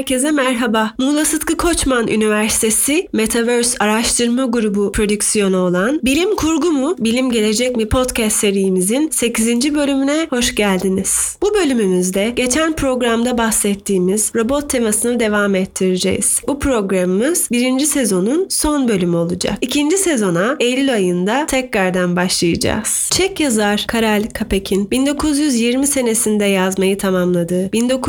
herkese merhaba. Muğla Sıtkı Koçman Üniversitesi Metaverse Araştırma Grubu prodüksiyonu olan Bilim Kurgu mu, Bilim Gelecek mi podcast serimizin 8. bölümüne hoş geldiniz. Bu bölümümüzde geçen programda bahsettiğimiz robot temasını devam ettireceğiz. Bu programımız 1. sezonun son bölümü olacak. 2. sezona Eylül ayında tekrardan başlayacağız. Çek yazar Karel Čapek'in 1920 senesinde yazmayı tamamladığı,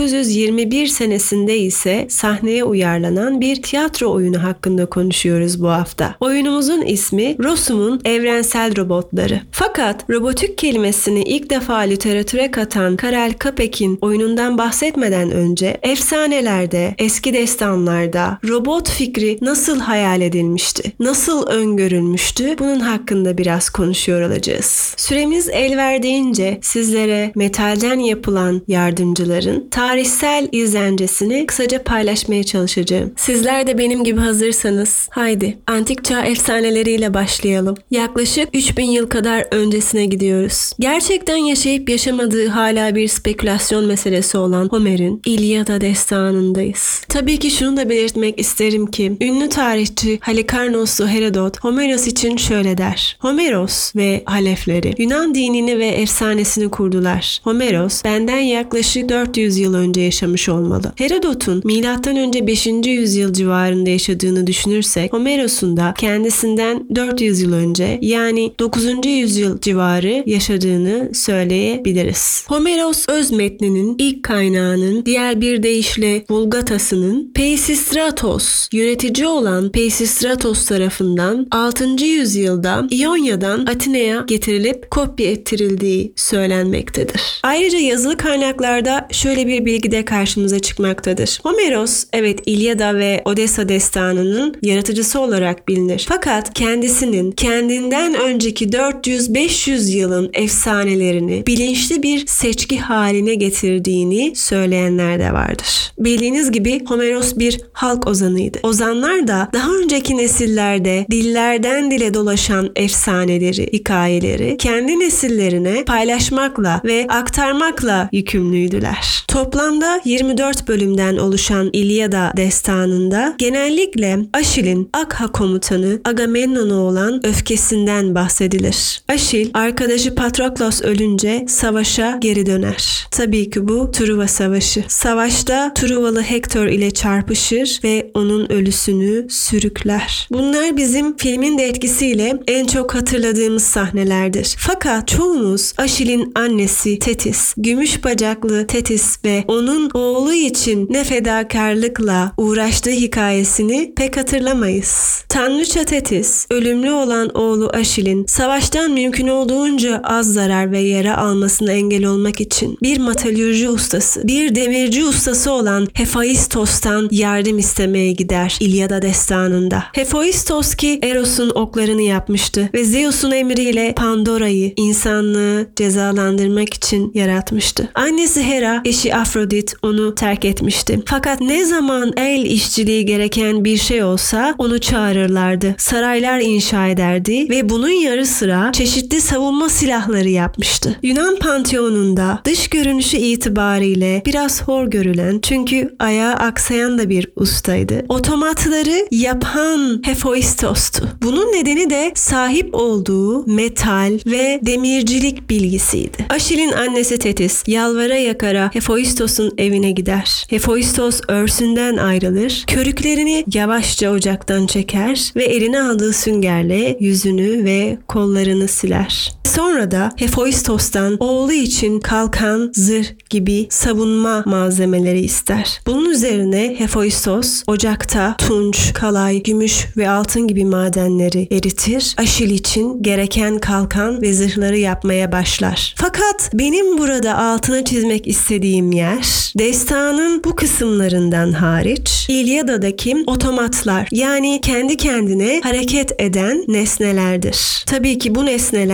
1921 senesinde ise sahneye uyarlanan bir tiyatro oyunu hakkında konuşuyoruz bu hafta. Oyunumuzun ismi Rossum'un Evrensel Robotları. Fakat robotik kelimesini ilk defa literatüre katan Karel Čapek'in oyunundan bahsetmeden önce efsanelerde, eski destanlarda robot fikri nasıl hayal edilmişti? Nasıl öngörülmüştü? Bunun hakkında biraz konuşuyor olacağız. Süremiz el verdiğince sizlere metalden yapılan yardımcıların tarihsel izlencesini kısaca paylaşmaya çalışacağım. Sizler de benim gibi hazırsanız haydi antik çağ efsaneleriyle başlayalım. Yaklaşık 3000 yıl kadar öncesine gidiyoruz. Gerçekten yaşayıp yaşamadığı hala bir spekülasyon meselesi olan Homer'in İlyada destanındayız. Tabii ki şunu da belirtmek isterim ki ünlü tarihçi Halikarnass'u Herodot Homeros için şöyle der. Homeros ve halefleri Yunan dinini ve efsanesini kurdular. Homeros benden yaklaşık 400 yıl önce yaşamış olmalı. Herodot'un M.Ö. 5. yüzyıl civarında yaşadığını düşünürsek Homeros'un da kendisinden 400 yıl önce yani 9. yüzyıl civarı yaşadığını söyleyebiliriz. Homeros öz metninin ilk kaynağının diğer bir deyişle Vulgatası'nın Peisistratos yönetici olan Peisistratos tarafından 6. yüzyılda İonya'dan Atina'ya getirilip kopya ettirildiği söylenmektedir. Ayrıca yazılı kaynaklarda şöyle bir bilgi de karşımıza çıkmaktadır. Homeros evet İlyada ve Odessa destanının yaratıcısı olarak bilinir. Fakat kendisinin kendinden önceki 400-500 yılın efsanelerini bilinçli bir seçki haline getirdiğini söyleyenler de vardır. Bildiğiniz gibi Homeros bir halk ozanıydı. Ozanlar da daha önceki nesillerde dillerden dile dolaşan efsaneleri, hikayeleri kendi nesillerine paylaşmakla ve aktarmakla yükümlüydüler. Toplamda 24 bölümden oluşan İlyada destanında genellikle Aşil'in Akha komutanı Agamemnon'a olan öfkesinden bahsedilir. Aşil, arkadaşı Patroklos ölünce savaşa geri döner. Tabii ki bu Truva Savaşı. Savaşta Truvalı Hektor ile çarpışır ve onun ölüsünü sürükler. Bunlar bizim filmin de etkisiyle en çok hatırladığımız sahnelerdir. Fakat çoğumuz Aşil'in annesi Tetis, gümüş bacaklı Tetis ve onun oğlu için ne fedakarlıkla uğraştığı hikayesini pek hatırlamayız. Tanrıça Tetis, ölümlü olan oğlu Aşil'in savaştan mümkün olduğunca az zarar ve yara almasına engel olmak için bir metalürji ustası, bir demirci ustası olan Hephaistos'tan yardım istemeye gider İlyada destanında. Hephaistos ki Eros'un oklarını yapmıştı ve Zeus'un emriyle Pandora'yı insanlığı cezalandırmak için yaratmıştı. Annesi Hera, eşi Afrodit onu terk etmişti. Fakat ne zaman el işçiliği gereken bir şey olsa onu çağırırlardı. Saraylar inşa ederdi ve bunun yarı sıra çeşitli savunma silahları yapmıştı. Yunan panteonunda dış görünüşü itibariyle biraz hor görülen çünkü ayağı aksayan da bir ustaydı. Otomatları yapan Hephaistos'tu. Bunun nedeni de sahip olduğu metal ve demircilik bilgisiydi. Aşil'in annesi Tetis yalvara yakara Hephaistos'un evine gider. Hephaistos örsünden ayrılır, körüklerini yavaşça ocaktan çeker ve eline aldığı süngerle yüzünü ve kollarını siler. Sonra da Hephaistos'tan oğlu için kalkan, zırh gibi savunma malzemeleri ister. Bunun üzerine Hephaistos ocakta tunç, kalay, gümüş ve altın gibi madenleri eritir. Aşil için gereken kalkan ve zırhları yapmaya başlar. Fakat benim burada altına çizmek istediğim yer destanın bu kısımlarından hariç İlyada'daki otomatlar yani kendi kendine hareket eden nesnelerdir. Tabii ki bu nesneler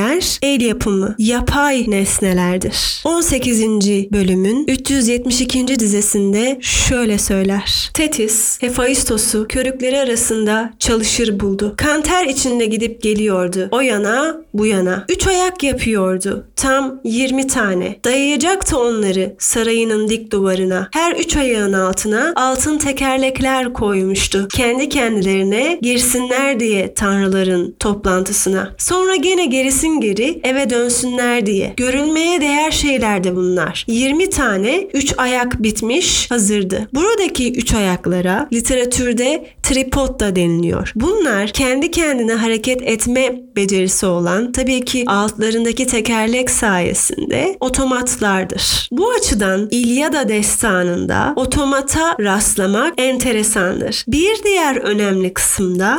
el yapımı, yapay nesnelerdir. 18. bölümün 372. dizesinde şöyle söyler. Tetis, Hefaistos'u körükleri arasında çalışır buldu. Kanter içinde gidip geliyordu. O yana, bu yana. 3 ayak yapıyordu. Tam 20 tane. Dayayacaktı onları sarayının dik duvarına. Her 3 ayağın altına altın tekerlekler koymuştu. Kendi kendilerine girsinler diye tanrıların toplantısına. Sonra gene gerisin geri eve dönsünler diye. Görülmeye değer şeylerdi bunlar. 20 tane 3 ayak bitmiş hazırdı. Buradaki 3 ayaklara literatürde tripod da deniliyor. Bunlar kendi kendine hareket etme becerisi olan, tabii ki altlarındaki tekerlek sayesinde otomatlardır. Bu açıdan İlyada destanında otomata rastlamak enteresandır. Bir diğer önemli kısımda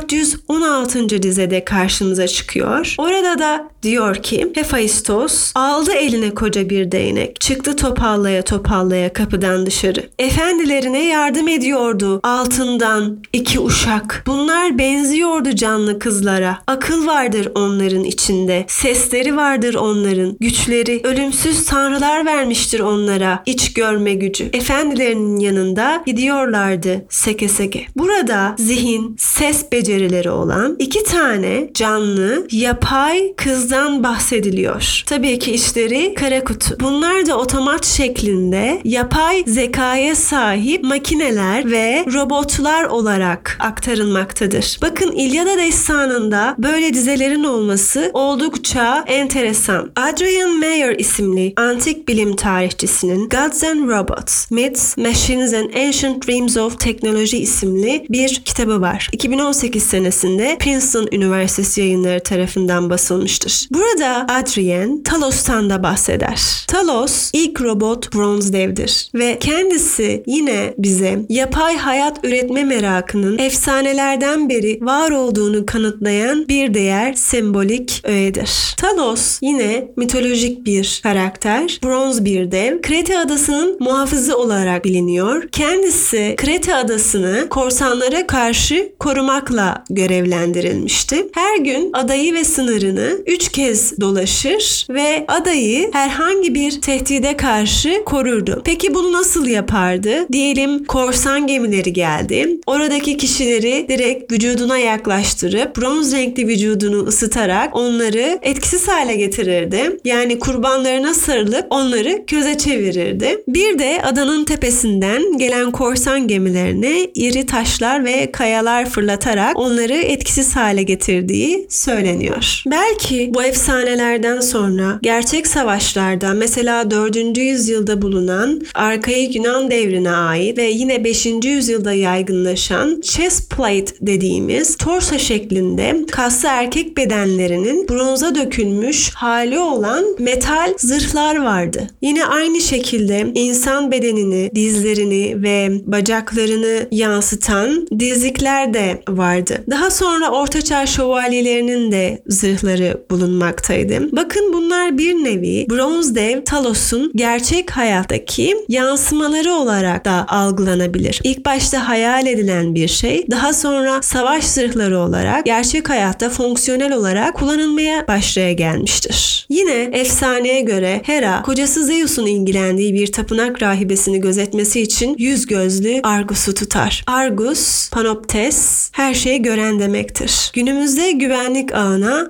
416. dizede karşımıza çıkıyor. Orada da diyor ki Hefaistos aldı eline koca bir değnek. Çıktı topallaya topallaya kapıdan dışarı. Efendilerine yardım ediyordu altından 2 uşak. Bunlar benziyordu canlı kızlara. Akıl vardır onların içinde. Sesleri vardır onların. Güçleri, ölümsüz tanrılar vermiştir onlara. İç görme gücü. Efendilerinin yanında gidiyorlardı seke seke. Burada zihin, ses becerileri olan 2 tane canlı, yapay kızdan bahsediliyor. Tabii ki işleri kara kutu. Bunlar da otomat şeklinde yapay zekaya sahip makineler ve robotlar olarak aktarılmaktadır. Bakın İlyada destanında böyle dizelerin olması oldukça enteresan. Adrian Mayer isimli antik bilim tarihçisinin Gods and Robots, Myths, Machines and Ancient Dreams of Technology isimli bir kitabı var. 2018 senesinde Princeton Üniversitesi yayınları tarafından basılmıştır. Burada Adrian Talos'tan da bahseder. Talos ilk robot Bronze Dev'dir ve kendisi yine bize yapay hayat üretme merakının efsanelerden beri var olduğunu kanıtlayan bir diğer sembolik öğedir. Talos yine mitolojik bir karakter. Bronz bir dev. Krete adasının muhafızı olarak biliniyor. Kendisi Krete adasını korsanlara karşı korumakla görevlendirilmişti. Her gün adayı ve sınırını 3 kez dolaşır ve adayı herhangi bir tehdide karşı korurdu. Peki bunu nasıl yapardı? Diyelim korsan gemileri geldi. Oradaki kişileri direkt vücuduna yaklaştırıp bronz renkli vücudunu ısıtarak onları etkisiz hale getirirdi. Yani kurbanlarına sarılıp onları köze çevirirdi. Bir de adanın tepesinden gelen korsan gemilerine iri taşlar ve kayalar fırlatarak onları etkisiz hale getirdiği söyleniyor. Belki bu efsanelerden sonra gerçek savaşlarda mesela 4. yüzyılda bulunan arkaik Yunan devrine ait ve yine 5. yüzyılda yaygınlaşan chest plate dediğimiz torso şeklinde kaslı erkek bedenlerinin bronza dökülmüş hali olan metal zırhlar vardı. Yine aynı şekilde insan bedenini, dizlerini ve bacaklarını yansıtan dizlikler de vardı. Daha sonra Ortaçağ şövalyelerinin de zırhları bulunmaktaydı. Bakın bunlar bir nevi bronz dev Talos'un gerçek hayattaki yansımaları olarak da algılanabilir. İlk başta hayal edilen bir şey, daha sonra savaş zırhları olarak gerçek hayatta fonksiyonel olarak kullanılmaya gelmiştir. Yine efsaneye göre Hera, kocası Zeus'un ilgilendiği bir tapınak rahibesini gözetmesi için 100 gözlü Argus'u tutar. Argus, Panoptes, her şeyi gören demektir. Günümüzde güvenlik ağına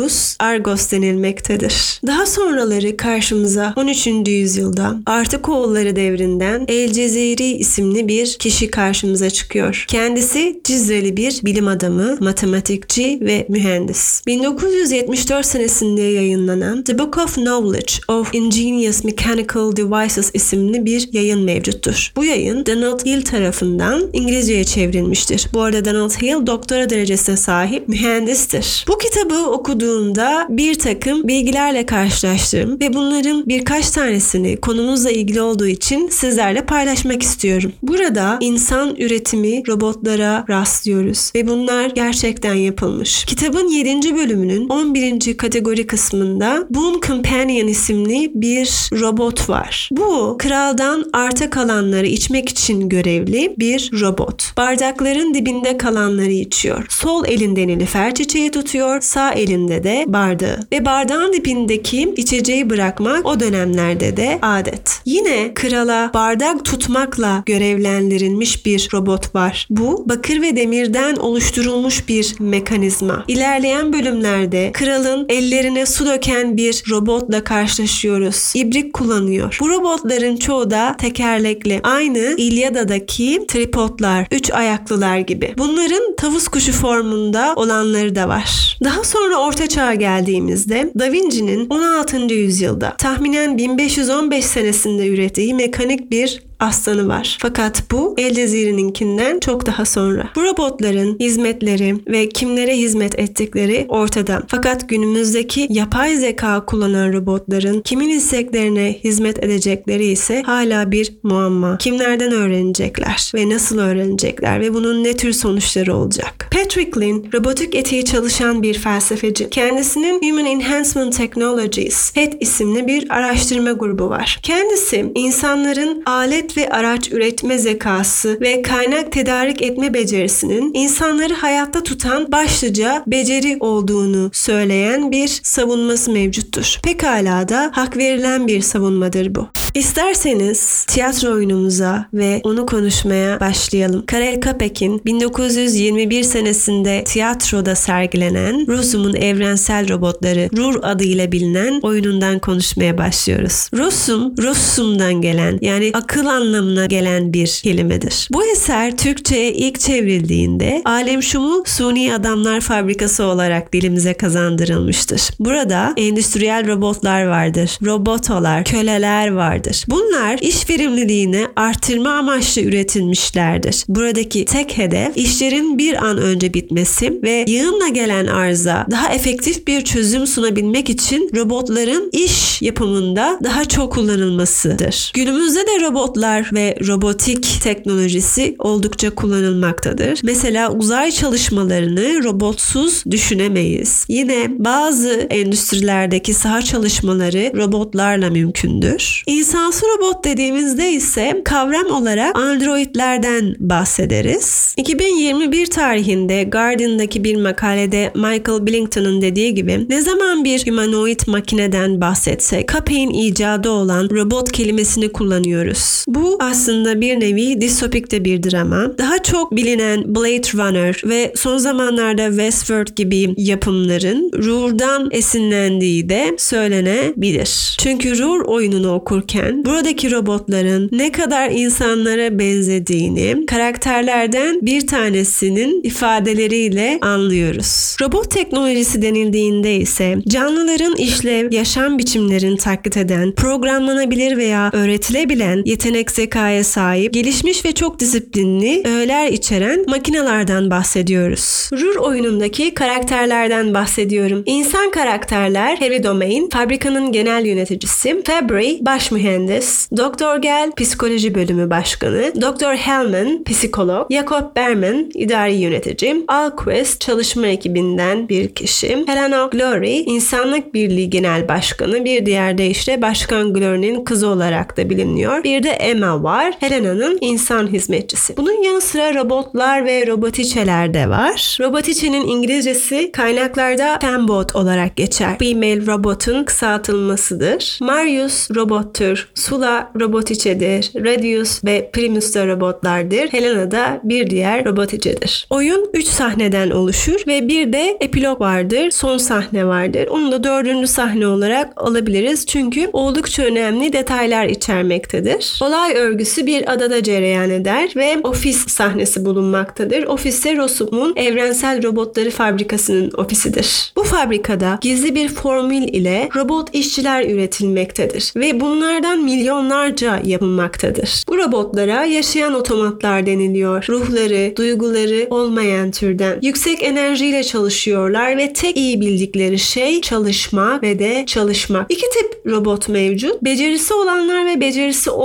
Argos denilmektedir. Daha sonraları karşımıza 13. yüzyılda Artukoğulları devrinden El Cezeri isimli bir kişi karşımıza çıkıyor. Kendisi Cizreli bir bilim adamı, matematikçi ve mühendis. 1974 senesinde yayınlanan The Book of Knowledge of Ingenious Mechanical Devices isimli bir yayın mevcuttur. Bu yayın Donald Hill tarafından İngilizceye çevrilmiştir. Bu arada Donald Hill doktora derecesine sahip mühendistir. Bu kitabı okuduğumda bir takım bilgilerle karşılaştım ve bunların birkaç tanesini konumuzla ilgili olduğu için sizlerle paylaşmak istiyorum. Burada insan üretimi robotlara rastlıyoruz ve bunlar gerçekten yapılmış. Kitabın 7. bölümünün 11. kategori kısmında Boon Companion isimli bir robot var. Bu kraldan arta kalanları içmek için görevli bir robot. Bardakların dibinde kalanları içiyor. Sol elinde nilüfer çiçeği tutuyor, sağ elinde de bardağı. Ve bardağın dibindeki içeceği bırakmak o dönemlerde de adet. Yine krala bardak tutmakla görevlendirilmiş bir robot var. Bu bakır ve demirden oluşturulmuş bir mekanizma. İlerleyen bölümlerde kralın ellerine su döken bir robotla karşılaşıyoruz. İbrik kullanıyor. Bu robotların çoğu da tekerlekli. Aynı İlyada'daki tripodlar, 3 ayaklılar gibi. Bunların tavus kuşu formunda olanları da var. Daha sonra Orta Çağ'a geldiğimizde Da Vinci'nin 16. yüzyılda tahminen 1515 senesinde ürettiği mekanik bir aslanı var. Fakat bu El Cezire'ninkinden çok daha sonra. Bu robotların hizmetleri ve kimlere hizmet ettikleri ortada. Fakat günümüzdeki yapay zeka kullanan robotların kimin isteklerine hizmet edecekleri ise hala bir muamma. Kimlerden öğrenecekler ve nasıl öğrenecekler ve bunun ne tür sonuçları olacak? Patrick Lynn, robotik etiği çalışan bir felsefeci. Kendisinin Human Enhancement Technologies, HET isimli bir araştırma grubu var. Kendisi insanların alet ve araç üretme zekası ve kaynak tedarik etme becerisinin insanları hayatta tutan başlıca beceri olduğunu söyleyen bir savunması mevcuttur. Pekala da hak verilen bir savunmadır bu. İsterseniz tiyatro oyunumuza ve onu konuşmaya başlayalım. Karel Capek'in 1921 senesinde tiyatroda sergilenen Rossum'un evrensel robotları RUR adıyla bilinen oyunundan konuşmaya başlıyoruz. Rossum'dan gelen yani akıl anlamına gelen bir kelimedir. Bu eser Türkçe'ye ilk çevrildiğinde Alemşum'u Suni Adamlar Fabrikası olarak dilimize kazandırılmıştır. Burada endüstriyel robotlar vardır, robotolar, köleler vardır. Bunlar iş verimliliğini artırma amaçlı üretilmişlerdir. Buradaki tek hedef işlerin bir an önce bitmesi ve yığınla gelen arıza daha efektif bir çözüm sunabilmek için robotların iş yapımında daha çok kullanılmasıdır. Günümüzde de robotlar ve robotik teknolojisi oldukça kullanılmaktadır. Mesela uzay çalışmalarını robotsuz düşünemeyiz. Yine bazı endüstrilerdeki saha çalışmaları robotlarla mümkündür. İnsansı robot dediğimizde ise kavram olarak androidlerden bahsederiz. 2021 tarihinde Guardian'daki bir makalede Michael Billington'un dediği gibi ne zaman bir humanoid makineden bahsetsek Capek'in icadı olan robot kelimesini kullanıyoruz. Bu aslında bir nevi distopik de bir drama. Daha çok bilinen Blade Runner ve son zamanlarda Westworld gibi yapımların RUR'dan esinlendiği de söylenebilir. Çünkü RUR oyununu okurken buradaki robotların ne kadar insanlara benzediğini karakterlerden bir tanesinin ifadeleriyle anlıyoruz. Robot teknolojisi denildiğinde ise canlıların işlev, yaşam biçimlerini taklit eden, programlanabilir veya öğretilebilen yetenek zekaya sahip, gelişmiş ve çok disiplinli öğeler içeren makinelerden bahsediyoruz. RUR oyunundaki karakterlerden bahsediyorum. İnsan karakterler Harry Domain, fabrikanın genel yöneticisi, Fabry, baş mühendis, Dr. Gell, psikoloji bölümü başkanı, Dr. Hellman, psikolog, Jacob Berman, idari yönetici, Alquist, çalışma ekibinden bir kişi, Helena Glory, insanlık birliği genel başkanı, bir diğer deyişle Başkan Glory'nin kızı olarak da biliniyor. Bir de Emma var, Helena'nın insan hizmetçisi. Bunun yanı sıra robotlar ve robotiçeler de var. Robotiçenin İngilizcesi kaynaklarda fembot olarak geçer. Female robotun kısaltılmasıdır. Marius robottur, Sula robotiçedir, Radius ve Primus da robotlardır. Helena da bir diğer robotiçedir. Oyun 3 sahneden oluşur ve bir de epilog vardır, son sahne vardır. Onu da 4. sahne olarak alabiliriz çünkü oldukça önemli detaylar içermektedir. Olay örgüsü bir adada cereyan eder ve ofis sahnesi bulunmaktadır. Ofiste Rossum'un evrensel robotları fabrikasının ofisidir. Bu fabrikada gizli bir formül ile robot işçiler üretilmektedir ve bunlardan milyonlarca yapılmaktadır. Bu robotlara yaşayan otomatlar deniliyor. Ruhları, duyguları olmayan türden. Yüksek enerjiyle çalışıyorlar ve tek iyi bildikleri şey çalışma ve de çalışmak. İki tip robot mevcut. Becerisi olanlar ve becerisi olmayan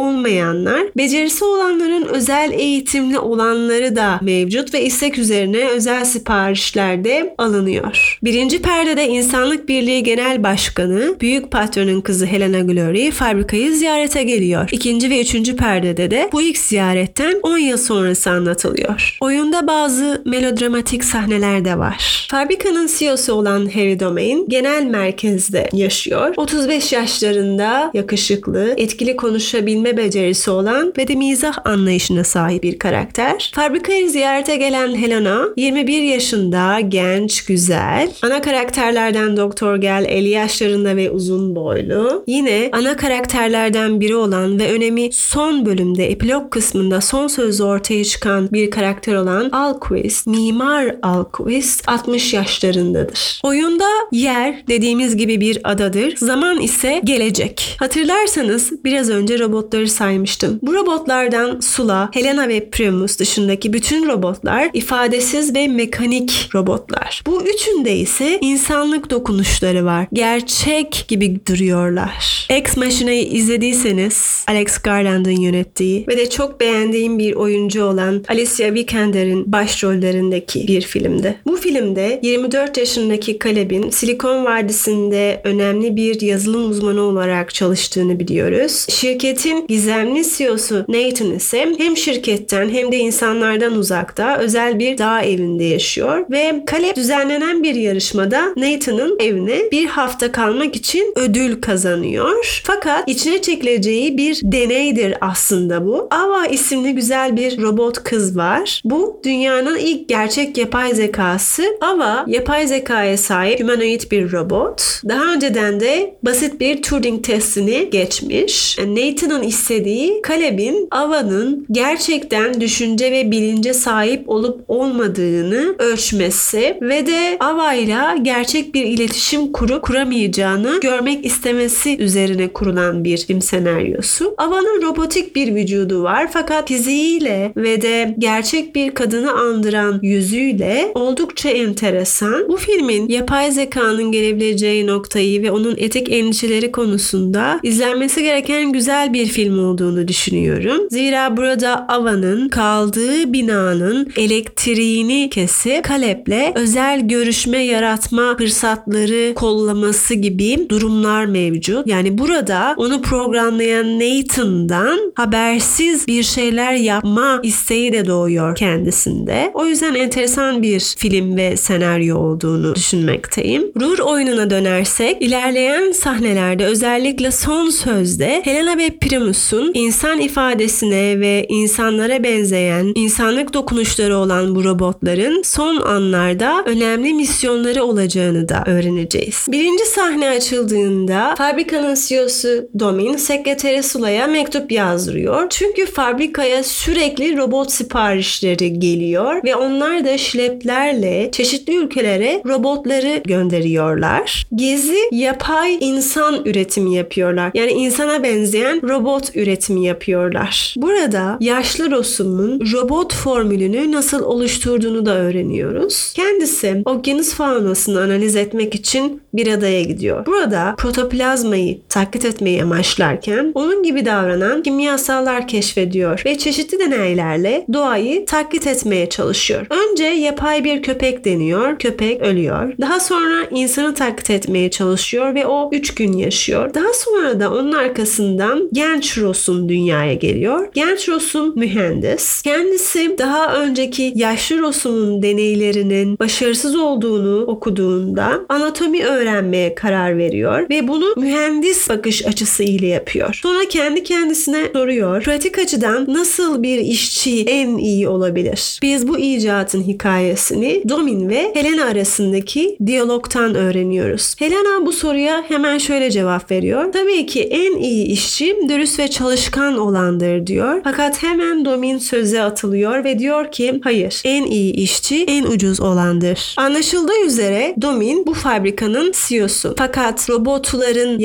olmayanlar, becerisi olanların özel eğitimli olanları da mevcut ve istek üzerine özel siparişlerde alınıyor. Birinci perdede İnsanlık Birliği Genel Başkanı, büyük patronun kızı Helena Glory fabrikayı ziyarete geliyor. İkinci ve üçüncü perdede de bu ilk ziyaretten 10 yıl sonrası anlatılıyor. Oyunda bazı melodramatik sahneler de var. Fabrikanın CEO'su olan Harry Domain genel merkezde yaşıyor. 35 yaşlarında yakışıklı, etkili konuşabilme becerisi olan ve de mizah anlayışına sahip bir karakter. Fabrikayı ziyarete gelen Helena 21 yaşında, genç, güzel. Ana karakterlerden Doktor Gel 50 yaşlarında ve uzun boylu. Yine ana karakterlerden biri olan ve önemi son bölümde epilog kısmında son sözü ortaya çıkan bir karakter olan Alquist, Mimar Alquist 60 yaşlarındadır. Oyunda yer dediğimiz gibi bir adadır. Zaman ise gelecek. Hatırlarsanız biraz önce robotları saymıştım. Bu robotlardan Sula, Helena ve Primus dışındaki bütün robotlar ifadesiz ve mekanik robotlar. Bu üçünde ise insanlık dokunuşları var. Gerçek gibi duruyorlar. Ex Machina'yı izlediyseniz Alex Garland'ın yönettiği ve de çok beğendiğim bir oyuncu olan Alicia Vikander'in başrollerindeki bir filmdi. Bu filmde 24 yaşındaki Caleb'in Silikon Vadisi'nde önemli bir yazılım uzmanı olarak çalıştığını biliyoruz. Şirketin gizemli CEO'su Nathan ise hem şirketten hem de insanlardan uzakta özel bir dağ evinde yaşıyor ve Caleb düzenlenen bir yarışmada Nathan'ın evine bir hafta kalmak için ödül kazanıyor. Fakat içine çekileceği bir deneydir aslında bu. Ava isimli güzel bir robot kız var. Bu dünyanın ilk gerçek yapay zekası. Ava yapay zekaya sahip humanoid bir robot. Daha önceden de basit bir Turing testini geçmiş. Nathan'ın istediği Caleb'in Ava'nın gerçekten düşünce ve bilince sahip olup olmadığını ölçmesi ve de Ava'yla gerçek bir iletişim kuramayacağını görmek istemesi üzerine kurulan bir film senaryosu. Ava'nın robotik bir vücudu var fakat fiziğiyle ve de gerçek bir kadını andıran yüzüyle oldukça enteresan. Bu filmin yapay zekanın gelebileceği noktayı ve onun etik endişeleri konusunda izlenmesi gereken güzel bir film olduğunu düşünüyorum. Zira burada Ava'nın kaldığı binanın elektriğini kesip Caleb'le özel görüşme yaratma fırsatları kollaması gibi durumlar mevcut. Yani burada onu programlayan Nathan'dan habersiz bir şeyler yapma isteği de doğuyor kendisinde. O yüzden enteresan bir film ve senaryo olduğunu düşünmekteyim. Rur oyununa dönersek ilerleyen sahnelerde özellikle son sözde Helena ve Primus'un insan ifadesine ve insanlara benzeyen insanlık dokunuşları olan bu robotların son anlarda önemli misyonları olacağını da öğreneceğiz. Birinci sahne açıldığında fabrikanın CEO'su Domin sekreteri Sula'ya mektup yazdırıyor. Çünkü fabrikaya sürekli robot siparişleri geliyor ve onlar da şleplerle çeşitli ülkelere robotları gönderiyorlar. Gizli yapay insan üretimi yapıyorlar. Yani insana benzeyen robot üretimi yapıyorlar. Burada yaşlı Rossum'un robot formülünü nasıl oluşturduğunu da öğreniyoruz. Kendisi okyanus faunasını analiz etmek için bir adaya gidiyor. Burada protoplazmayı taklit etmeyi amaçlarken onun gibi davranan kimyasallar keşfediyor ve çeşitli deneylerle doğayı taklit etmeye çalışıyor. Önce yapay bir köpek deniyor. Köpek ölüyor. Daha sonra insanı taklit etmeye çalışıyor ve o 3 gün yaşıyor. Daha sonra da onun arkasından genç Rossum dünyaya geliyor. Genç Rossum mühendis. Kendisi daha önceki yaşlı Rossum'un deneylerinin başarısız olduğunu okuduğunda anatomi öğrenmeye karar veriyor ve bunu mühendis bakış açısı ile yapıyor. Sonra kendi kendisine soruyor. Pratik açıdan nasıl bir işçi en iyi olabilir? Biz bu icatın hikayesini Domin ve Helena arasındaki diyalogtan öğreniyoruz. Helena bu soruya hemen şöyle cevap veriyor. Tabii ki en iyi işçi dürüst ve çalışkan olandır diyor. Fakat hemen Domin söze atılıyor ve diyor ki hayır, en iyi işçi en ucuz olandır. Anlaşıldığı üzere Domin bu fabrikanın CEO'su. Fakat robotların yani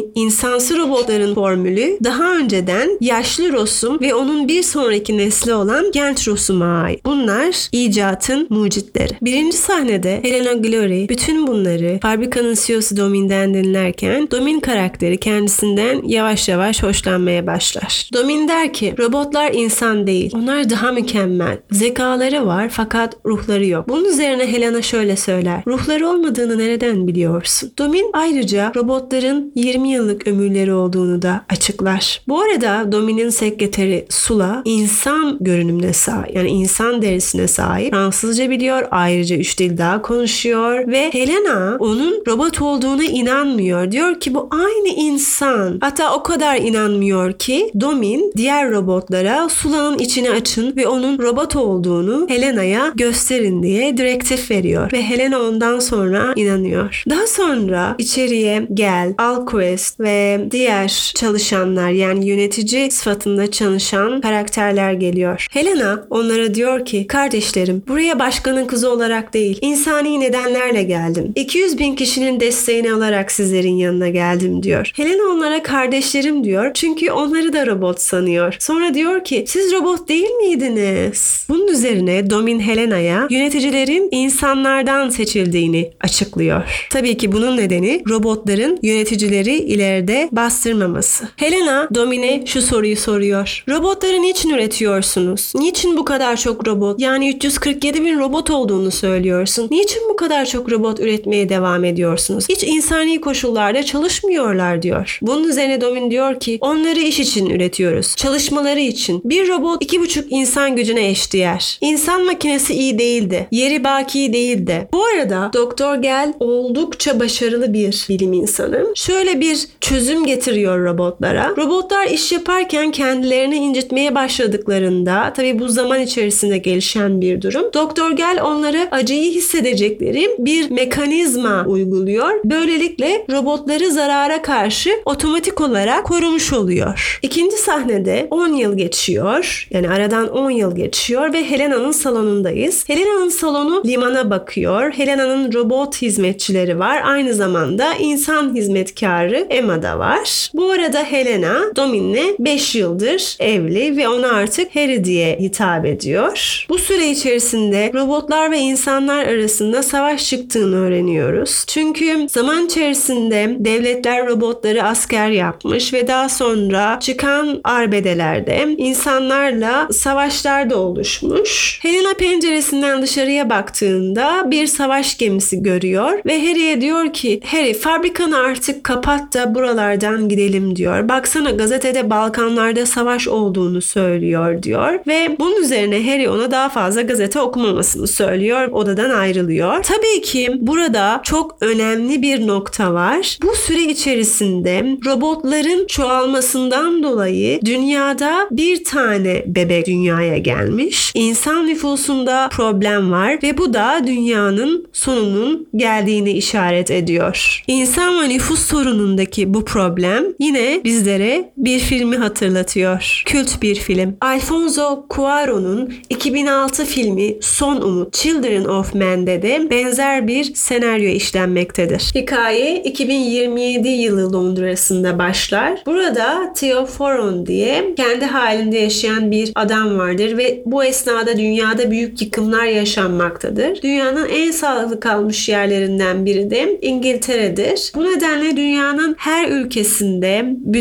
yani insansı robotların formülü daha önceden yaşlı Rossum ve onun bir sonraki nesli olan genç Rossum'a ait. Bunlar icatın mucitleri. Birinci sahnede Helena Glory bütün bunları fabrikanın CEO'su Domin'den dinlerken Domin karakteri kendisinden yavaş yavaş hoşlanmaya başlar. Domin der ki robotlar insan değil. Onlar daha mükemmel. Zekaları var fakat ruhları yok. Bunun üzerine Helena şöyle söyler. Ruhları olmadığını nereden biliyorsun? Domin ayrıca robotların 20 yıllık ömürleri olduğunu da açıklar. Bu arada Domin'in sekreteri Sula insan görünümüne sahip. Yani insan derisine sahip. Fransızca biliyor. Ayrıca 3 dil daha konuşuyor ve Helena onun robot olduğuna inanmıyor. Diyor ki bu aynı insan. Hatta o kadar inanmıyor ki Domin diğer robotlara Sula'nın içini açın ve onun robot olduğunu Helena'ya gösterin diye direktif veriyor. Ve Helena ondan sonra inanıyor. Daha sonra içeriye Gel, Alquist ve diğer çalışanlar yani yönetici sıfatında çalışan karakterler geliyor. Helena onlara diyor ki kardeşlerim buraya başkanın kızı olarak değil insani nedenlerle geldim. 200.000 kişinin desteğini alarak sizlerin yanına geldim diyor. Helena onlara kardeşlerim diyor çünkü onları da robot sanıyor. Sonra diyor ki siz robot değil miydiniz? Bunun üzerine Domin Helena'ya yöneticilerin insanlardan seçildiğini açıklıyor. Tabii ki bunun nedeni robotların yöneticileri ileride bastırmaması. Helena Domin'e şu soruyu soruyor. Robotları niçin üretiyorsunuz? Niçin bu kadar çok robot? Yani 347.000 robot olduğunu söylüyorsun. Niçin bu kadar çok robot üretmeye devam ediyorsunuz? Hiç insani koşullarda çalışmıyorlar diyor. Bunun üzerine Domin diyor ki onları iş için üretiyoruz. Çalışmaları için. Bir robot 2,5 insan gücüne eşdeğer. İnsan makinesi iyi değildi. Yeri baki değildi. Bu arada Doktor Gel oldukça başarılı bir bilim insanı. Şöyle bir çözüm getiriyor robotlara. Robotlar iş yaparken kendilerini incitmeye başladıklarında tabii bu zaman içerisinde gelişen bir durum. Doktor Gel onlara acıyı hissedecekleri bir mekanizma uyguluyor. Böylelikle robotları zarara karşı otomatik olarak korumuş oluyor. İkinci sahnede 10 yıl geçiyor. Yani aradan 10 yıl geçiyor ve Helena'nın salonundayız. Helena'nın salonu limana bakıyor. Helena'nın robot hizmetçileri var. Aynı zamanda insan hizmetkarı Emma da var. Bu arada Helena Domin'le 5 yıldır evli ve ona artık Harry diye hitap ediyor. Bu süre içerisinde robotlar ve insanlar arasında savaş çıktığını öğreniyoruz. Çünkü zaman içerisinde devletler robotları asker yapmış ve daha sonra çıkan arbedelerde insanlarla savaşlar da oluşmuş. Helena penceresinden dışarıya baktığında bir savaş gemisi görüyor ve Harry'e diyor ki Harry fabrikanı artık kapat da buralardan gidelim diyor. Baksana gazetede Balkanlarda savaş olduğunu söylüyor diyor ve bunun üzerine Harry ona daha fazla gazete okumamasını söylüyor. Odadan ayrılıyor. Tabii ki burada çok önemli bir nokta var. Bu süre içerisinde robotların çoğalmasından dolayı dünyada bir tane bebek dünyaya gelmiş. İnsan nüfusunda problem var ve bu da dünyanın sonunun geldiğini işaret ediyor. İnsan ve nüfus sorunundaki bu problem yine bizlere bir filmi hatırlatıyor. Kült bir film. Alfonso Cuarón'un 2006 filmi Son Umut Children of Men'de de benzer bir senaryo işlenmektedir. Hikaye 2027 yılı Londra'sında başlar. Burada Theo Foron diye kendi halinde yaşayan bir adam vardır ve bu esnada dünyada büyük yıkımlar yaşanmaktadır. Dünyanın en sağlıklı kalmış yerlerinden biri de İngiltere'dir. Bu nedenle dünyanın her ülkesinde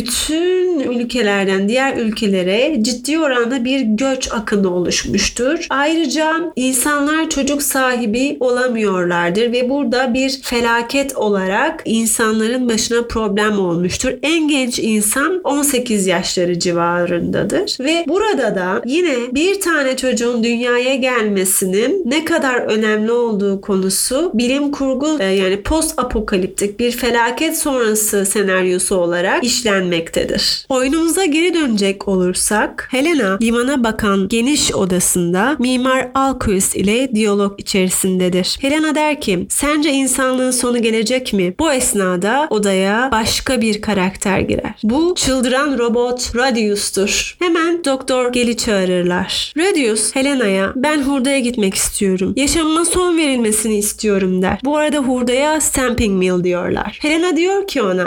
bütün ülkelerden diğer ülkelere ciddi oranda bir göç akını oluşmuştur. Ayrıca insanlar çocuk sahibi olamıyorlardır ve burada bir felaket olarak insanların başına problem olmuştur. En genç insan 18 yaşları civarındadır ve burada da yine bir tane çocuğun dünyaya gelmesinin ne kadar önemli olduğu konusu bilim kurgu yani post apokaliptik bir felaket sonrası senaryosu olarak işlenmektedir. Oyunumuza geri dönecek olursak Helena limana bakan geniş odasında Mimar Alquist ile diyalog içerisindedir. Helena der ki sence insanlığın sonu gelecek mi? Bu esnada odaya başka bir karakter girer. Bu çıldıran robot Radius'tur. Hemen Doktor Gel'i çağırırlar. Radius Helena'ya ben hurdaya gitmek istiyorum. Yaşamıma son verilmesini istiyorum der. Bu arada hurdaya stamping mill diyorlar. Helena diyor ki ona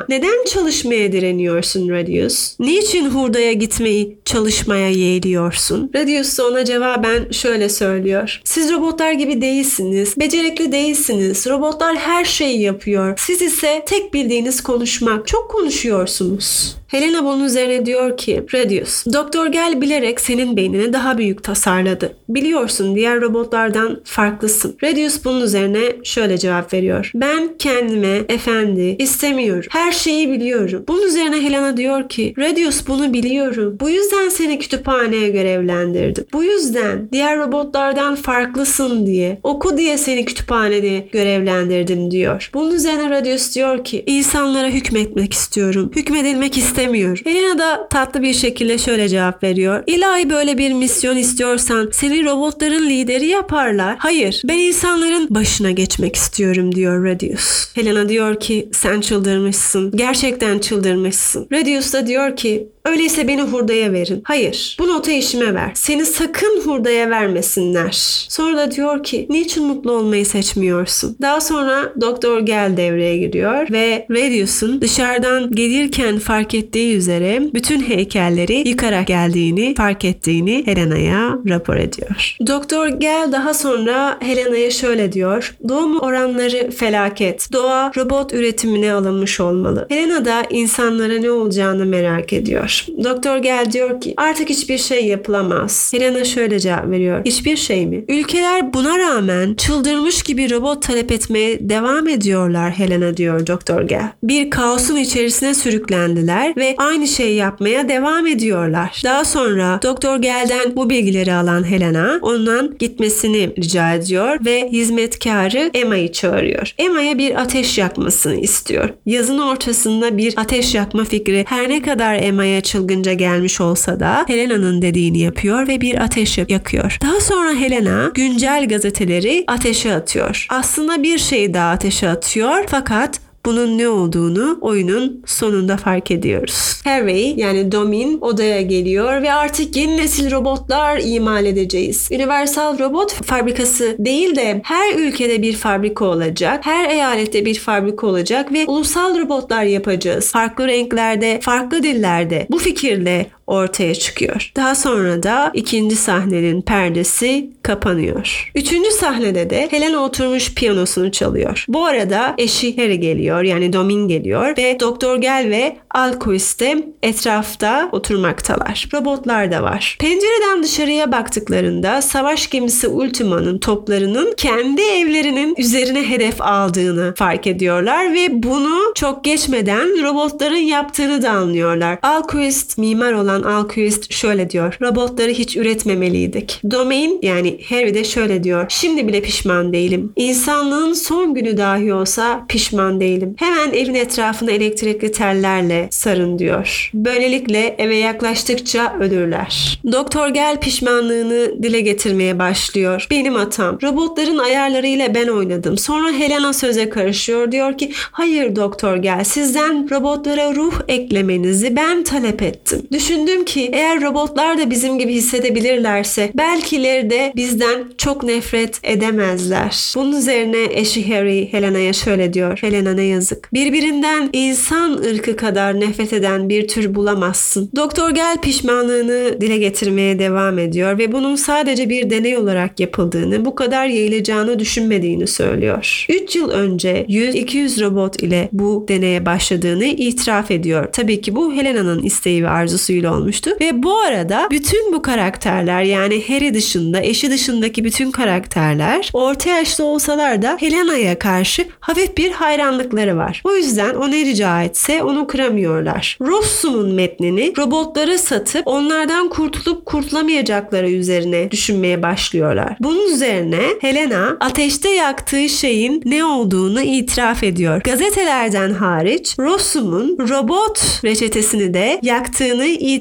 Neden çalışmaya direniyorsun Radius? Niçin hurdaya gitmeyi çalışmaya yeğliyorsun? Radius da ona cevaben şöyle söylüyor. Siz robotlar gibi değilsiniz. Becerikli değilsiniz. Robotlar her şeyi yapıyor. Siz ise tek bildiğiniz konuşmak. Çok konuşuyorsunuz. Helena bunun üzerine diyor ki, Radius, Doktor Gel bilerek senin beynini daha büyük tasarladı. Biliyorsun diğer robotlardan farklısın. Radius bunun üzerine şöyle cevap veriyor. Ben kendime efendi istemiyorum. Her şeyi biliyorum. Bunun üzerine Helena diyor ki, Radius bunu biliyorum. Bu yüzden seni kütüphaneye görevlendirdim. Bu yüzden diğer robotlardan farklısın diye, oku diye seni kütüphanede görevlendirdim diyor. Bunun üzerine Radius diyor ki, insanlara hükmetmek istiyorum. Hükmedilmek istemiyorum. Helena da tatlı bir şekilde şöyle cevap veriyor. İlahi böyle bir misyon istiyorsan seni robotların lideri yaparlar. Hayır, ben insanların başına geçmek istiyorum diyor Radius. Helena diyor ki sen çıldırmışsın. Gerçekten çıldırmışsın. Radius da diyor ki öyleyse beni hurdaya verin. Hayır, bu notu eşime ver. Seni sakın hurdaya vermesinler. Sonra da diyor ki niçin mutlu olmayı seçmiyorsun? Daha sonra Doktor Gel devreye giriyor ve Radius'un dışarıdan gelirken fark ettiği üzere bütün heykelleri yıkarak geldiğini fark ettiğini Helena'ya rapor ediyor. Doktor Gel daha sonra Helena'ya şöyle diyor. Doğum oranları felaket. Doğa robot üretimine alınmış olmalı. Helena da insanlara ne olacağını merak ediyor. Doktor Gel diyor ki artık hiçbir şey yapılamaz. Helena şöyle cevap veriyor. Hiçbir şey mi? Ülkeler buna rağmen çıldırmış gibi robot talep etmeye devam ediyorlar Helena diyor Doktor Gel. Bir kaosun içerisine sürüklendiler ve aynı şeyi yapmaya devam ediyorlar. Daha sonra Doktor Gel'den bu bilgileri alan Helena ondan gitmesini rica ediyor ve hizmetkarı Emma'yı çağırıyor. Emma'ya bir ateş yakmasını istiyor. Yazın ortasında bir ateş yakma fikri her ne kadar Emma'ya çılgınca gelmiş olsa da Helena'nın dediğini yapıyor ve bir ateş yakıyor. Daha sonra Helena güncel gazeteleri ateşe atıyor. Aslında bir şeyi daha ateşe atıyor fakat bunun ne olduğunu oyunun sonunda fark ediyoruz. Harry yani Domin odaya geliyor ve artık yeni nesil robotlar imal edeceğiz. Universal Robot fabrikası değil de her ülkede bir fabrika olacak. Her eyalette bir fabrika olacak ve ulusal robotlar yapacağız. Farklı renklerde, farklı dillerde. Bu fikirle ortaya çıkıyor. Daha sonra da ikinci sahnenin perdesi kapanıyor. Üçüncü sahnede de Helena oturmuş piyanosunu çalıyor. Bu arada eşi Harry geliyor yani Domin geliyor ve Doktor Gel ve Alquist de etrafta oturmaktalar. Robotlar da var. Pencereden dışarıya baktıklarında savaş gemisi Ultima'nın toplarının kendi evlerinin üzerine hedef aldığını fark ediyorlar ve bunu çok geçmeden robotların yaptığını da anlıyorlar. Alquist, mimar olan Alquist şöyle diyor. Robotları hiç üretmemeliydik. Domain yani Harry de şöyle diyor. Şimdi bile pişman değilim. İnsanlığın son günü dahi olsa pişman değilim. Hemen evin etrafını elektrikli tellerle sarın diyor. Böylelikle eve yaklaştıkça ölürler. Doktor Gel pişmanlığını dile getirmeye başlıyor. Benim hatam. Robotların ayarlarıyla ben oynadım. Sonra Helena söze karışıyor. Diyor ki hayır Doktor Gel sizden robotlara ruh eklemenizi ben talep ettim. Düşündüm ki eğer robotlar da bizim gibi hissedebilirlerse belki ileride bizden çok nefret edemezler. Bunun üzerine eşi Harry Helena'ya şöyle diyor. Helena ne yazık. Birbirinden insan ırkı kadar nefret eden bir tür bulamazsın. Doktor Gel pişmanlığını dile getirmeye devam ediyor ve bunun sadece bir deney olarak yapıldığını, bu kadar yayılacağını düşünmediğini söylüyor. 3 yıl önce 100-200 robot ile bu deneye başladığını itiraf ediyor. Tabii ki bu Helena'nın isteği ve arzusuyla olmuştu ve bu arada bütün bu karakterler yani Harry dışında, eşi dışındaki bütün karakterler orta yaşlı olsalar da Helena'ya karşı hafif bir hayranlıkları var. O yüzden o ne rica etse onu kıramıyorlar. Rossum'un metnini robotlara satıp onlardan kurtulup kurtulamayacakları üzerine düşünmeye başlıyorlar. Bunun üzerine Helena ateşte yaktığı şeyin ne olduğunu itiraf ediyor. Gazetelerden hariç Rossum'un robot reçetesini de yaktığını itiraf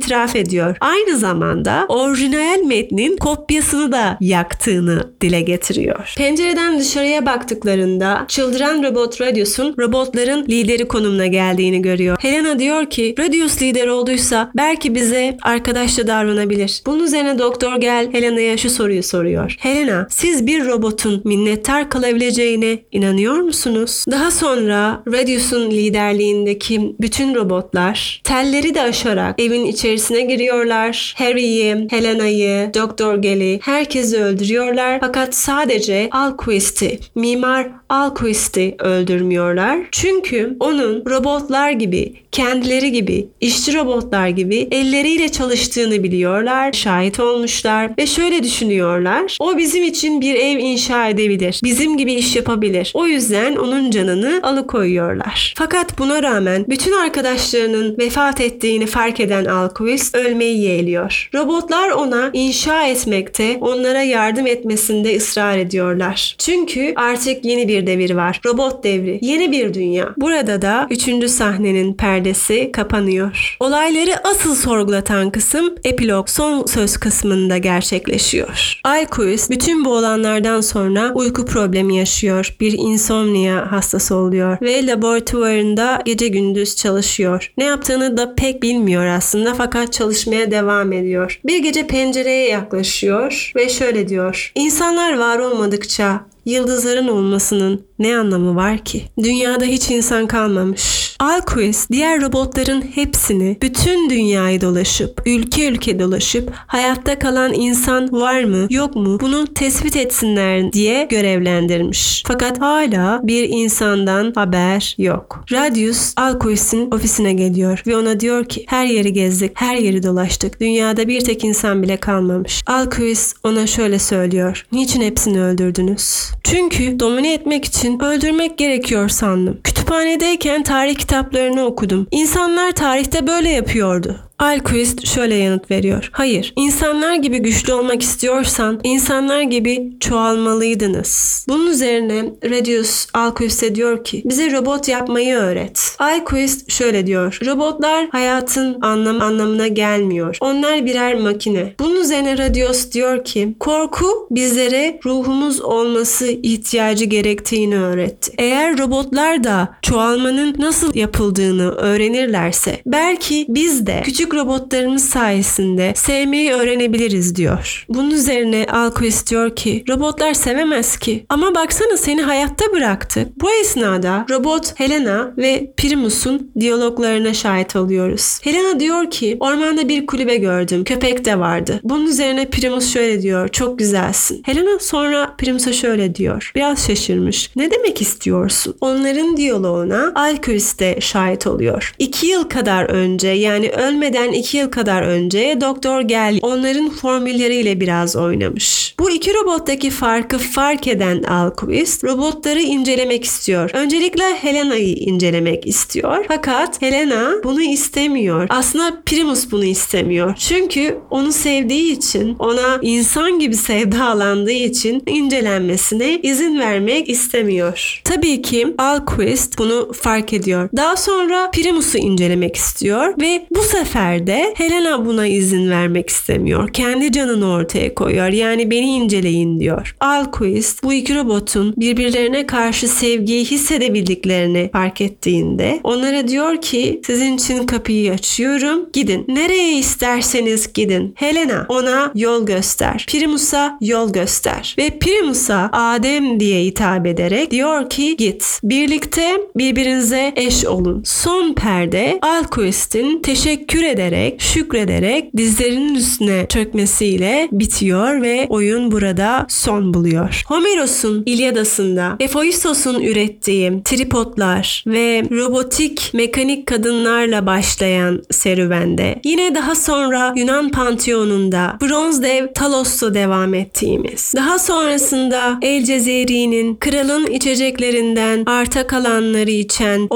itiraf ediyor. Aynı zamanda orijinal metnin kopyasını da yaktığını dile getiriyor. Pencereden dışarıya baktıklarında çıldıran robot Radius'un robotların lideri konumuna geldiğini görüyor. Helena diyor ki Radius lider olduysa belki bize arkadaşça davranabilir. Bunun üzerine Doktor Gel Helena'ya şu soruyu soruyor. Helena, siz bir robotun minnettar kalabileceğine inanıyor musunuz? Daha sonra Radius'un liderliğindeki bütün robotlar telleri de aşarak evin içerisine giriyorlar. Harry'i, Helena'yı, Doktor Gel'i herkesi öldürüyorlar. Fakat sadece Alquist'i, Mimar Alquist'i öldürmüyorlar. Çünkü onun robotlar gibi, kendileri gibi, işçi robotlar gibi elleriyle çalıştığını biliyorlar, şahit olmuşlar ve şöyle düşünüyorlar. O bizim için bir ev inşa edebilir. Bizim gibi iş yapabilir. O yüzden onun canını alıkoyuyorlar. Fakat buna rağmen bütün arkadaşlarının vefat ettiğini fark eden Alquist ölmeyi yeğliyor. Robotlar ona inşa etmekte, onlara yardım etmesinde ısrar ediyorlar. Çünkü artık yeni bir devir var. Robot devri. Yeni bir dünya. Burada da 3. sahnenin perdesi kapanıyor. Olayları asıl sorgulatan kısım epilog son söz kısmında gerçekleşiyor. Alquist bütün bu olanlardan sonra uyku problemi yaşıyor. Bir insomnia hastası oluyor ve laboratuvarında gece gündüz çalışıyor. Ne yaptığını da pek bilmiyor aslında fakat çalışmaya devam ediyor. Bir gece pencereye yaklaşıyor ve şöyle diyor. İnsanlar var olmadıkça yıldızların olmasının ne anlamı var ki? Dünyada hiç insan kalmamış. Alquist diğer robotların hepsini bütün dünyayı dolaşıp, ülke dolaşıp hayatta kalan insan var mı yok mu bunu tespit etsinler diye görevlendirmiş. Fakat hala bir insandan haber yok. Radius Alquist'in ofisine geliyor ve ona diyor ki her yeri gezdik, her yeri dolaştık. Dünyada bir tek insan bile kalmamış. Alquist ona şöyle söylüyor. Niçin hepsini öldürdünüz? Çünkü domine etmek için öldürmek gerekiyor sandım. Kütüphanedeyken tarih kitaplarını okudum. İnsanlar tarihte böyle yapıyordu. Alquist şöyle yanıt veriyor. Hayır, insanlar gibi güçlü olmak istiyorsan insanlar gibi çoğalmalıydınız. Bunun üzerine Radius Alquist'e diyor ki bize robot yapmayı öğret. Alquist şöyle diyor. Robotlar hayatın anlamına gelmiyor. Onlar birer makine. Bunun üzerine Radius diyor ki korku bizlere ruhumuz olması ihtiyacı gerektiğini öğretti. Eğer robotlar da çoğalmanın nasıl yapıldığını öğrenirlerse belki biz de küçük robotlarımız sayesinde sevmeyi öğrenebiliriz diyor. Bunun üzerine Alquist diyor ki robotlar sevemez ki. Ama baksana seni hayatta bıraktı. Bu esnada robot Helena ve Primus'un diyaloglarına şahit oluyoruz. Helena diyor ki ormanda bir kulübe gördüm. Köpek de vardı. Bunun üzerine Primus şöyle diyor. Çok güzelsin. Helena sonra Primus'a şöyle diyor. Biraz şaşırmış. Ne demek istiyorsun? Onların diyaloğuna Alquist de şahit oluyor. 2 yıl kadar önce yani ölmeden 2 yıl kadar önce Doktor Gel onların formülleriyle biraz oynamış. Bu iki robottaki farkı fark eden Alquist robotları incelemek istiyor. Öncelikle Helena'yı incelemek istiyor. Fakat Helena bunu istemiyor. Aslında Primus bunu istemiyor. Çünkü onu sevdiği için, ona insan gibi sevdalandığı için incelenmesine izin vermek istemiyor. Tabii ki Alquist bunu fark ediyor. Daha sonra Primus'u incelemek istiyor ve bu sefer de Helena buna izin vermek istemiyor. Kendi canını ortaya koyuyor. Yani beni inceleyin diyor. Alquist bu iki robotun birbirlerine karşı sevgiyi hissedebildiklerini fark ettiğinde onlara diyor ki sizin için kapıyı açıyorum. Gidin. Nereye isterseniz gidin. Helena ona yol göster. Primus'a yol göster. Ve Primus'a Adem diye hitap ederek diyor ki git. Birlikte birbirinize eş olun. Son perde Alquist'in teşekkür ederek, şükrederek dizlerinin üstüne çökmesiyle bitiyor ve oyun burada son buluyor. Homeros'un İlyadası'nda Hephaistos'un ürettiği tripodlar ve robotik mekanik kadınlarla başlayan serüvende yine daha sonra Yunan Panteonu'nda bronz dev Talos'ta devam ettiğimiz, daha sonrasında El Cezeri'nin kralın içeceklerinden arta kalanları içen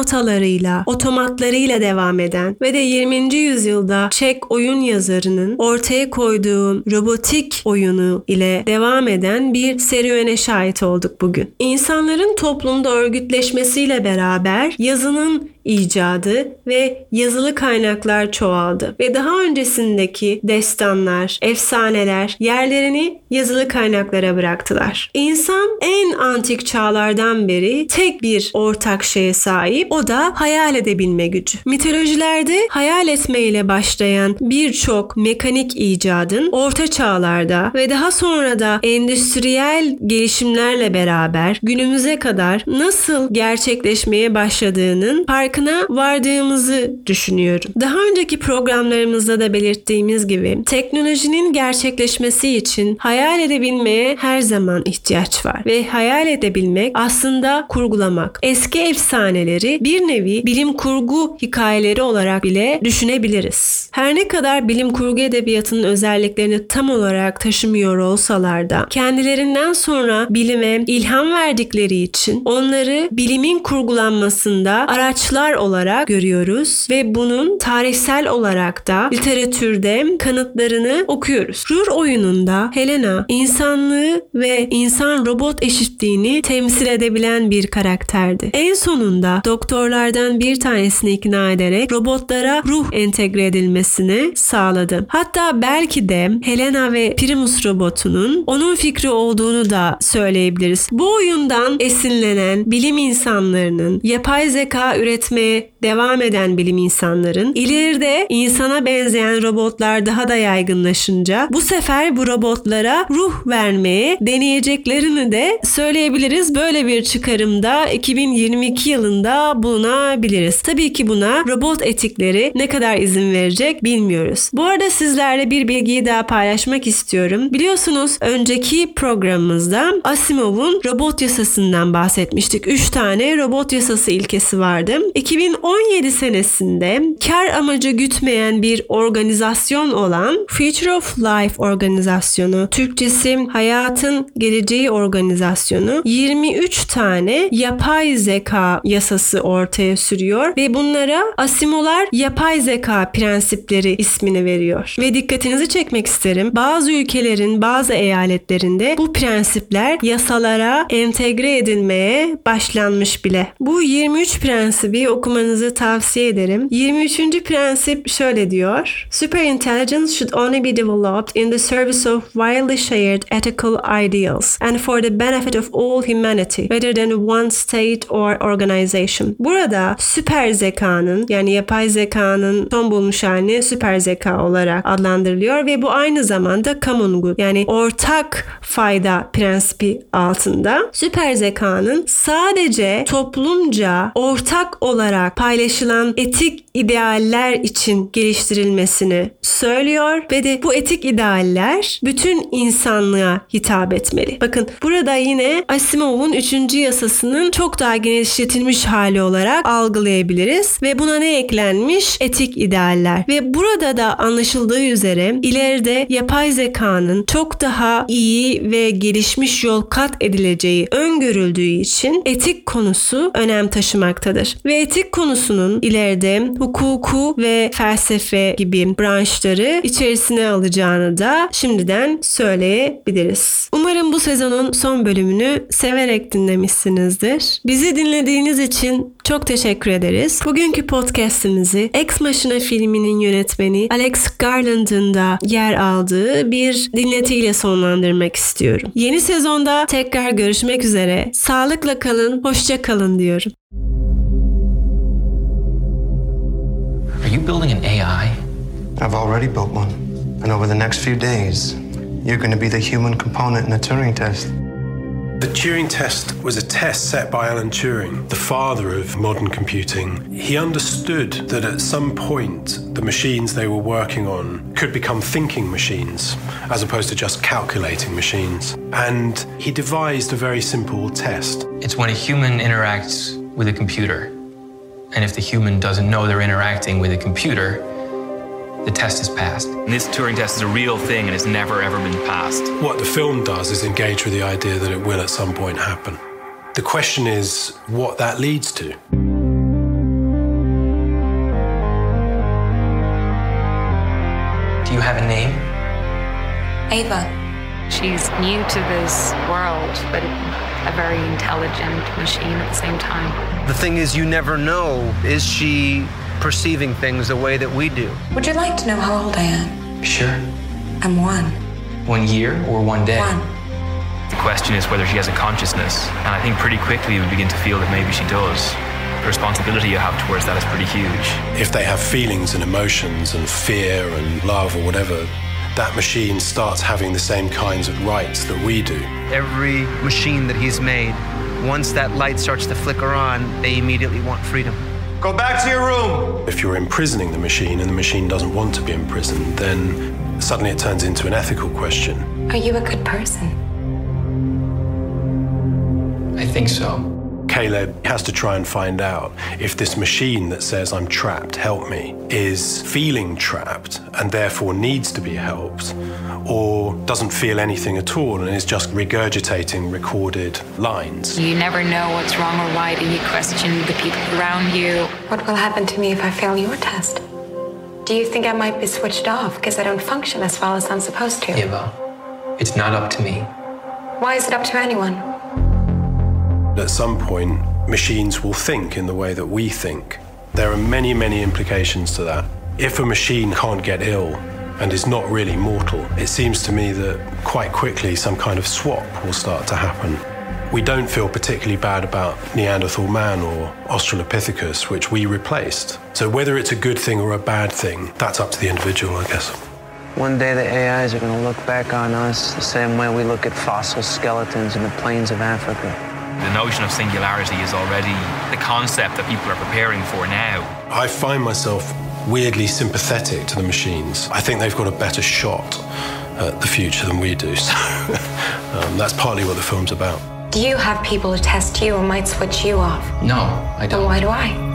otomatlarıyla devam eden ve de 20. yüzyılda Çek oyun yazarının ortaya koyduğu robotik oyunu ile devam eden bir serüvene şahit olduk bugün. İnsanların toplumda örgütleşmesiyle beraber yazının icadı ve yazılı kaynaklar çoğaldı. Ve daha öncesindeki destanlar, efsaneler yerlerini yazılı kaynaklara bıraktılar. İnsan en antik çağlardan beri tek bir ortak şeye sahip, o da hayal edebilme gücü. Mitolojilerde hayal etmeyle başlayan birçok mekanik icadın orta çağlarda ve daha sonra da endüstriyel gelişimlerle beraber günümüze kadar nasıl gerçekleşmeye başladığının farkına vardığımızı düşünüyorum. Daha önceki programlarımızda da belirttiğimiz gibi teknolojinin gerçekleşmesi için hayal edebilmeye her zaman ihtiyaç var ve hayal edebilmek aslında kurgulamak. Eski efsaneleri bir nevi bilim kurgu hikayeleri olarak bile düşünebiliriz. Her ne kadar bilim kurgu edebiyatının özelliklerini tam olarak taşımıyor olsalar da kendilerinden sonra bilime ilham verdikleri için onları bilimin kurgulanmasında araçlar olarak görüyoruz ve bunun tarihsel olarak da literatürde kanıtlarını okuyoruz. Rur oyununda Helena insanlığı ve insan-robot eşitliğini temsil edebilen bir karakterdi. En sonunda doktorlardan bir tanesini ikna ederek robotlara ruh entegre edilmesini sağladı. Hatta belki de Helena ve Primus robotunun onun fikri olduğunu da söyleyebiliriz. Bu oyundan esinlenen bilim insanlarının, yapay zeka üretmeye devam eden bilim insanların ileride insana benzeyen robotlar daha da yaygınlaşınca bu sefer bu robotlara ruh vermeye deneyeceklerini de söyleyebiliriz. Böyle bir çıkarımda 2022 yılında bulunabiliriz. Tabii ki buna robot etikleri ne kadar izin verecek bilmiyoruz. Bu arada sizlerle bir bilgiyi daha paylaşmak istiyorum. Biliyorsunuz önceki programımızda Asimov'un robot yasasından bahsetmiştik. 3 tane robot yasası ilkesi vardı. 2017 senesinde kar amacı gütmeyen bir organizasyon olan Future of Life organizasyonu, Türkçesi Hayatın Geleceği organizasyonu 23 tane yapay zeka yasası ortaya sürüyor ve bunlara Asimovlar yapay zeka prensipleri ismini veriyor. Ve dikkatinizi çekmek isterim. Bazı ülkelerin, bazı eyaletlerinde bu prensipler yasalara entegre edilmeye başlanmış bile. Bu 23 prensibi okumanızı tavsiye ederim. 23. prensip şöyle diyor. Superintelligence should only be developed in the service of widely shared ethical ideals and for the benefit of all humanity rather than one state or organization. Burada süper zekanın, yani yapay zekanın son bulmuş halini süper zeka olarak adlandırılıyor ve bu aynı zamanda common good, yani ortak fayda prensibi altında süper zekanın sadece toplumca ortak olarak paylaşılan etik idealler için geliştirilmesini söylüyor ve de bu etik idealler bütün insanlığa hitap etmeli. Bakın burada yine Asimov'un 3. yasasının çok daha genişletilmiş hali olarak algılayabiliriz ve buna ne eklenmiş? Etik idealler. Ve burada da anlaşıldığı üzere ileride yapay zekanın çok daha iyi ve gelişmiş yol kat edileceği öngörüldüğü için etik konusu önem taşımaktadır. Ve etik konusunun ileride hukuku ve felsefe gibi branşları içerisine alacağını da şimdiden söyleyebiliriz. Umarım bu sezonun son bölümünü severek dinlemişsinizdir. Bizi dinlediğiniz için çok teşekkür ederiz. Bugünkü podcast'imizi Ex Machina filminin yönetmeni Alex Garland'ın da yer aldığı bir dinletiyle sonlandırmak istiyorum. Yeni sezonda tekrar görüşmek üzere. Sağlıkla kalın, hoşça kalın diyorum. Are you building an AI? I've already built one. And over the next few days, you're going to be the human component in the Turing test. The Turing test was a test set by Alan Turing, the father of modern computing. He understood that at some point the machines they were working on could become thinking machines as opposed to just calculating machines. And he devised a very simple test. It's when a human interacts with a computer. And if the human doesn't know they're interacting with a computer, the test is passed. And this Turing test is a real thing and it's never ever been passed. What the film does is engage with the idea that it will at some point happen. The question is what that leads to. Do you have a name? Ava. She's new to this world, but a very intelligent machine at the same time. The thing is, you never know, is she perceiving things the way that we do? Would you like to know how old I am? Sure. I'm 1. 1 year or 1 day? 1. The question is whether she has a consciousness, and I think pretty quickly we begin to feel that maybe she does. The responsibility you have towards that is pretty huge. If they have feelings and emotions and fear and love or whatever, that machine starts having the same kinds of rights that we do. Every machine that he's made, once that light starts to flicker on, they immediately want freedom. Go back to your room! If you're imprisoning the machine and the machine doesn't want to be imprisoned, then suddenly it turns into an ethical question. Are you a good person? I think so. Caleb has to try and find out if this machine that says I'm trapped, help me, is feeling trapped and therefore needs to be helped, or doesn't feel anything at all and is just regurgitating recorded lines. You never know what's wrong or right, and you question the people around you. What will happen to me if I fail your test? Do you think I might be switched off because I don't function as well as I'm supposed to? Eva, it's not up to me. Why is it up to anyone? At some point, machines will think in the way that we think. There are many, many implications to that. If a machine can't get ill and is not really mortal, it seems to me that quite quickly some kind of swap will start to happen. We don't feel particularly bad about Neanderthal man or Australopithecus, which we replaced. So whether it's a good thing or a bad thing, that's up to the individual, I guess. One day the AIs are going to look back on us the same way we look at fossil skeletons in the plains of Africa. The notion of singularity is already the concept that people are preparing for now. I find myself weirdly sympathetic to the machines. I think they've got a better shot at the future than we do. So that's partly what the film's about. Do you have people who test you or might switch you off? No, I don't. Then why do I?